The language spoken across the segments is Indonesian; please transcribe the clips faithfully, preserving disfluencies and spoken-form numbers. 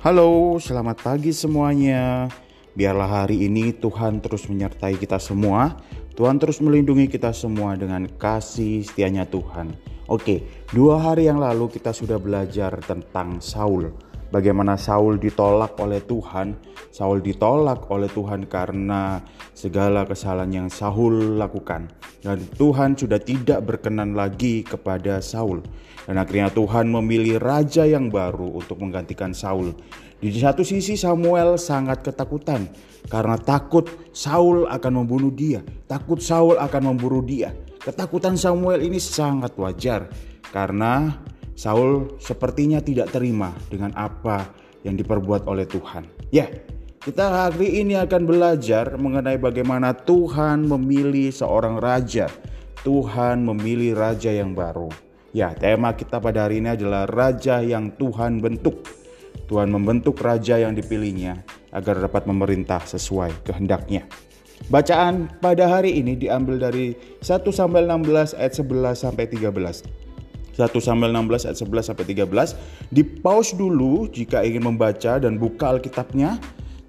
Halo, selamat pagi semuanya. Biarlah hari ini Tuhan terus menyertai kita semua. Tuhan terus melindungi kita semua dengan kasih setianya Tuhan. Oke, dua hari yang lalu kita sudah belajar tentang Saul. Bagaimana Saul ditolak oleh Tuhan. Saul ditolak oleh Tuhan karena segala kesalahan yang Saul lakukan. Dan Tuhan sudah tidak berkenan lagi kepada Saul. Dan akhirnya Tuhan memilih raja yang baru untuk menggantikan Saul. Di satu sisi Samuel sangat ketakutan karena takut Saul akan membunuh dia. Takut Saul akan memburu dia. Ketakutan Samuel ini sangat wajar karena Saul sepertinya tidak terima dengan apa yang diperbuat oleh Tuhan. Ya, kita hari ini akan belajar mengenai bagaimana Tuhan memilih seorang raja. Tuhan memilih raja yang baru. Ya, tema kita pada hari ini adalah raja yang Tuhan bentuk. Tuhan membentuk raja yang dipilihnya agar dapat memerintah sesuai kehendaknya. Bacaan pada hari ini diambil dari satu Samuel enam belas ayat sebelas sampai tiga belas. satu Samuel enam belas ayat sebelas sampai tiga belas. Di pause dulu jika ingin membaca dan buka Alkitabnya.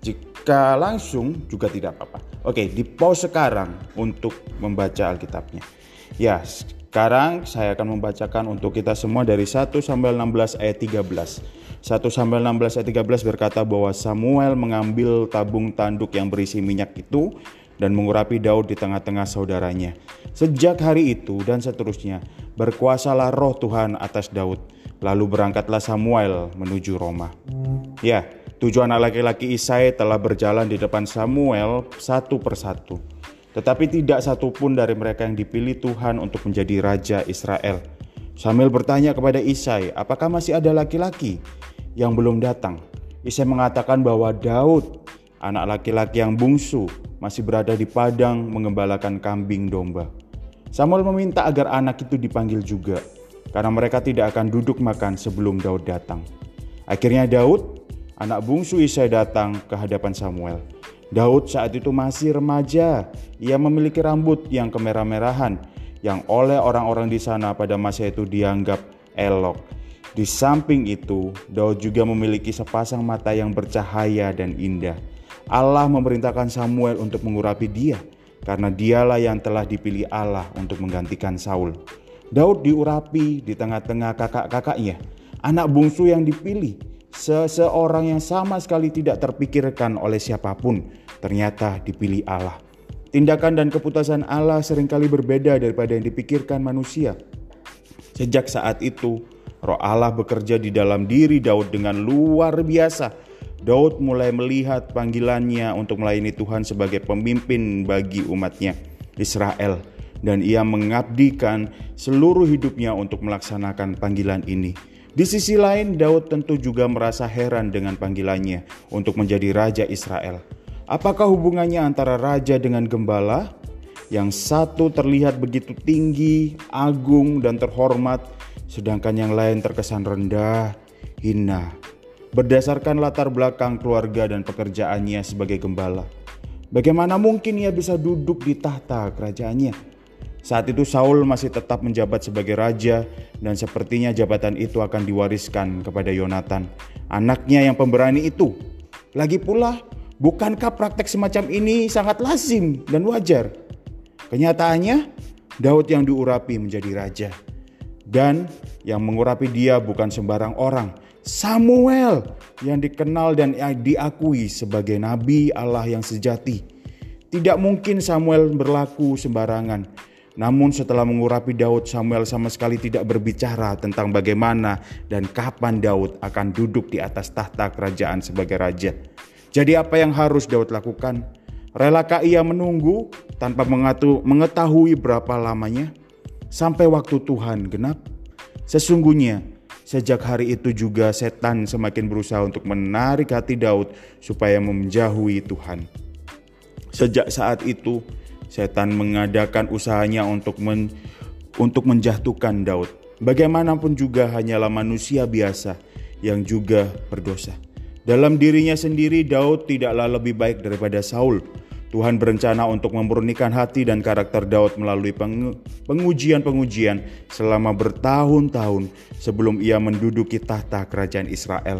Jika langsung juga tidak apa-apa. Oke, di pause sekarang untuk membaca Alkitabnya. Ya, sekarang saya akan membacakan untuk kita semua dari satu Samuel enam belas ayat tiga belas. satu Samuel enam belas ayat tiga belas berkata bahwa Samuel mengambil tabung tanduk yang berisi minyak itu dan mengurapi Daud di tengah-tengah saudaranya. Sejak hari itu dan seterusnya, berkuasalah roh Tuhan atas Daud. Lalu berangkatlah Samuel menuju Roma. Ya, tujuh anak laki-laki Isai telah berjalan di depan Samuel satu persatu. Tetapi tidak satu pun dari mereka yang dipilih Tuhan untuk menjadi raja Israel. Samuel bertanya kepada Isai, apakah masih ada laki-laki yang belum datang? Isai mengatakan bahwa Daud, anak laki-laki yang bungsu, masih berada di padang mengembalakan kambing domba. Samuel meminta agar anak itu dipanggil juga, karena mereka tidak akan duduk makan sebelum Daud datang. Akhirnya Daud, anak bungsu Isai datang ke hadapan Samuel. Daud saat itu masih remaja. Ia memiliki rambut yang kemerah-merahan, yang oleh orang-orang di sana pada masa itu dianggap elok. Di samping itu, Daud juga memiliki sepasang mata yang bercahaya dan indah. Allah memerintahkan Samuel untuk mengurapi dia, karena dialah yang telah dipilih Allah untuk menggantikan Saul. Daud diurapi di tengah-tengah kakak-kakaknya, anak bungsu yang dipilih, seseorang yang sama sekali tidak terpikirkan oleh siapapun, ternyata dipilih Allah. Tindakan dan keputusan Allah seringkali berbeda daripada yang dipikirkan manusia. Sejak saat itu, Roh Allah bekerja di dalam diri Daud dengan luar biasa. Daud mulai melihat panggilannya untuk melayani Tuhan sebagai pemimpin bagi umatnya Israel. Dan ia mengabdikan seluruh hidupnya untuk melaksanakan panggilan ini. Di sisi lain, Daud tentu juga merasa heran dengan panggilannya untuk menjadi raja Israel. Apakah hubungannya antara raja dengan gembala? Yang satu terlihat begitu tinggi, agung, dan terhormat, sedangkan yang lain terkesan rendah, hina. Berdasarkan latar belakang keluarga dan pekerjaannya sebagai gembala, bagaimana mungkin ia bisa duduk di tahta kerajaannya? Saat itu Saul masih tetap menjabat sebagai raja, dan sepertinya jabatan itu akan diwariskan kepada Yonatan, anaknya yang pemberani itu. Lagi pula, bukankah praktek semacam ini sangat lazim dan wajar? Kenyataannya, Daud yang diurapi menjadi raja. Dan yang mengurapi dia bukan sembarang orang, Samuel yang dikenal dan diakui sebagai nabi Allah yang sejati. Tidak mungkin Samuel berlaku sembarangan. Namun setelah mengurapi Daud, Samuel sama sekali tidak berbicara tentang bagaimana dan kapan Daud akan duduk di atas tahta kerajaan sebagai raja. Jadi apa yang harus Daud lakukan? Relakah ia menunggu tanpa mengatu, mengetahui berapa lamanya? Sampai waktu Tuhan genap? Sesungguhnya sejak hari itu juga setan semakin berusaha untuk menarik hati Daud supaya menjauhi Tuhan. Sejak saat itu setan mengadakan usahanya untuk men, untuk menjatuhkan Daud. Bagaimanapun juga hanyalah manusia biasa yang juga berdosa. Dalam dirinya sendiri Daud tidaklah lebih baik daripada Saul. Tuhan berencana untuk memurnikan hati dan karakter Daud melalui pengujian-pengujian selama bertahun-tahun sebelum ia menduduki tahta kerajaan Israel.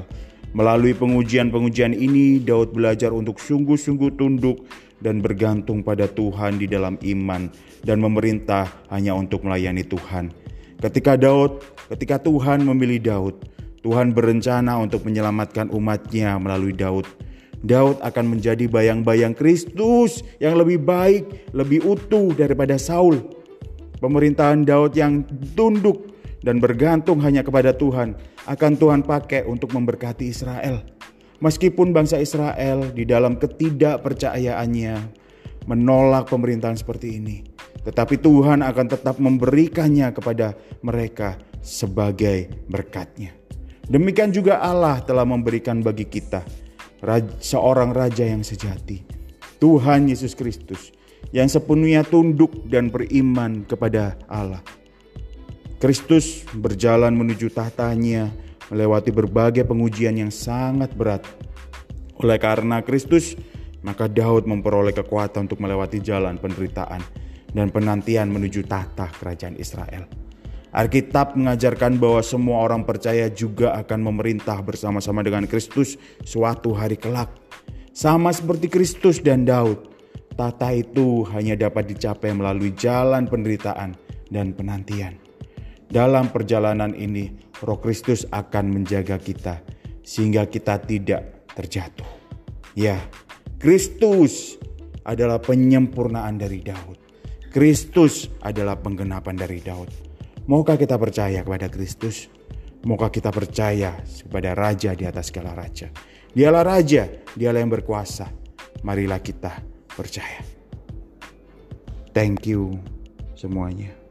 Melalui pengujian-pengujian ini, Daud belajar untuk sungguh-sungguh tunduk dan bergantung pada Tuhan di dalam iman dan memerintah hanya untuk melayani Tuhan. Ketika Daud, ketika Tuhan memilih Daud, Tuhan berencana untuk menyelamatkan umatnya melalui Daud. Daud akan menjadi bayang-bayang Kristus yang lebih baik, lebih utuh daripada Saul. Pemerintahan Daud yang tunduk dan bergantung hanya kepada Tuhan akan Tuhan pakai untuk memberkati Israel. Meskipun bangsa Israel di dalam ketidakpercayaannya menolak pemerintahan seperti ini, tetapi Tuhan akan tetap memberikannya kepada mereka sebagai berkat-Nya. Demikian juga Allah telah memberikan bagi kita seorang Raja yang sejati, Tuhan Yesus Kristus, yang sepenuhnya tunduk dan beriman kepada Allah. Kristus berjalan menuju tahtanya melewati berbagai pengujian yang sangat berat. Oleh karena Kristus, maka Daud memperoleh kekuatan untuk melewati jalan penderitaan dan penantian menuju tahta kerajaan Israel. Alkitab mengajarkan bahwa semua orang percaya juga akan memerintah bersama-sama dengan Kristus suatu hari kelak. Sama seperti Kristus dan Daud, tahta itu hanya dapat dicapai melalui jalan penderitaan dan penantian. Dalam perjalanan ini, Roh Kristus akan menjaga kita sehingga kita tidak terjatuh. Ya, Kristus adalah penyempurnaan dari Daud. Kristus adalah penggenapan dari Daud. Maukah kita percaya kepada Kristus? Maukah kita percaya kepada Raja di atas segala raja? Dialah Raja, Dialah yang berkuasa. Marilah kita percaya. Thank you semuanya.